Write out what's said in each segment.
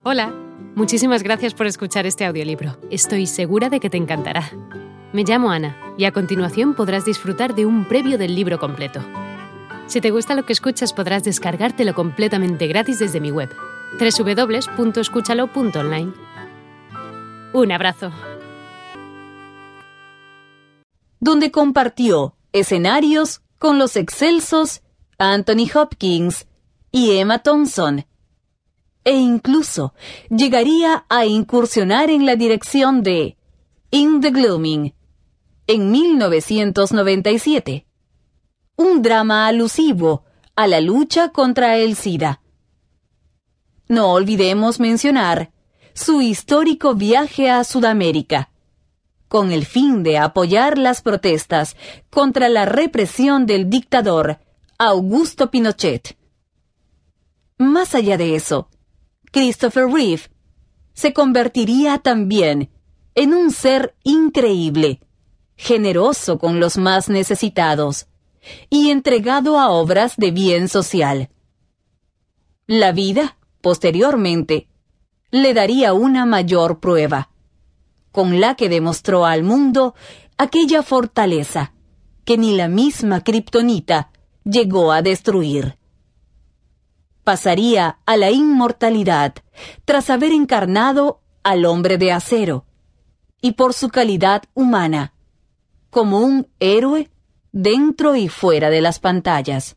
Hola, muchísimas gracias por escuchar este audiolibro. Estoy segura de que te encantará. Me llamo Ana y a continuación podrás disfrutar de un previo del libro completo. Si te gusta lo que escuchas, podrás descargártelo completamente gratis desde mi web, www.escúchalo.online. Un abrazo. Donde compartió escenarios con los excelsos Anthony Hopkins y Emma Thompson, e incluso llegaría a incursionar en la dirección de In the Gloaming, en 1997, un drama alusivo a la lucha contra el SIDA. No olvidemos mencionar su histórico viaje a Sudamérica, con el fin de apoyar las protestas contra la represión del dictador Augusto Pinochet. Más allá de eso, Christopher Reeve se convertiría también en un ser increíble, generoso con los más necesitados y entregado a obras de bien social. La vida, posteriormente, le daría una mayor prueba, con la que demostró al mundo aquella fortaleza que ni la misma kriptonita llegó a destruir. Pasaría a la inmortalidad tras haber encarnado al hombre de acero, y por su calidad humana, como un héroe dentro y fuera de las pantallas.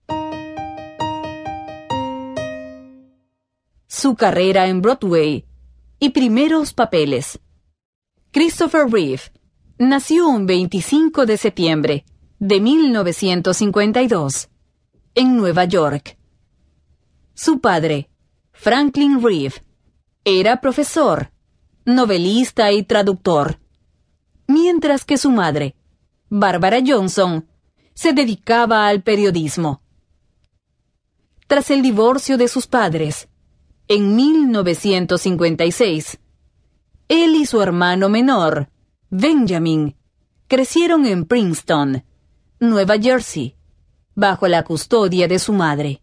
Su carrera en Broadway y primeros papeles. Christopher Reeve nació un 25 de septiembre de 1952 en Nueva York. Su padre, Franklin Reeve, era profesor, novelista y traductor, mientras que su madre, Barbara Johnson, se dedicaba al periodismo. Tras el divorcio de sus padres, en 1956, él y su hermano menor, Benjamin, crecieron en Princeton, Nueva Jersey, bajo la custodia de su madre.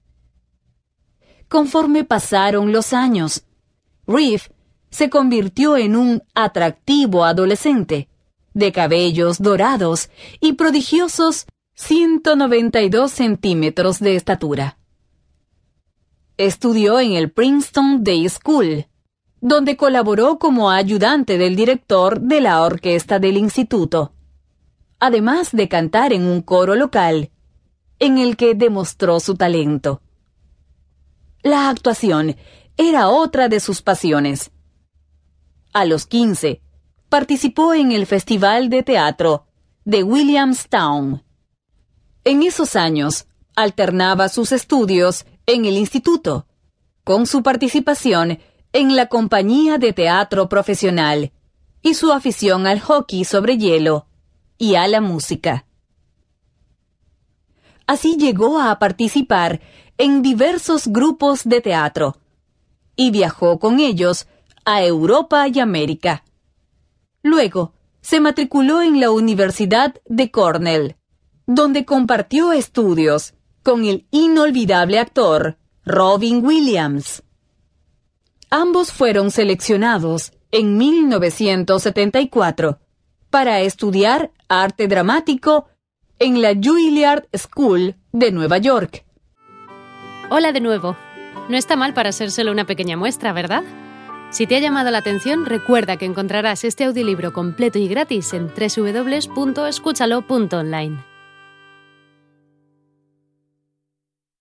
Conforme pasaron los años, Reeve se convirtió en un atractivo adolescente, de cabellos dorados y prodigiosos 192 centímetros de estatura. Estudió en el Princeton Day School, donde colaboró como ayudante del director de la orquesta del instituto, además de cantar en un coro local, en el que demostró su talento. La actuación era otra de sus pasiones. A los 15, participó en el Festival de Teatro de Williamstown. En esos años, alternaba sus estudios en el instituto, con su participación en la compañía de teatro profesional y su afición al hockey sobre hielo y a la música. Así llegó a participar en diversos grupos de teatro y viajó con ellos a Europa y América. Luego, se matriculó en la Universidad de Cornell, donde compartió estudios con el inolvidable actor Robin Williams. Ambos fueron seleccionados en 1974 para estudiar arte dramático en la Juilliard School de Nueva York. Hola de nuevo. No está mal para ser solo una pequeña muestra, ¿verdad? Si te ha llamado la atención, recuerda que encontrarás este audiolibro completo y gratis en www.escúchalo.online.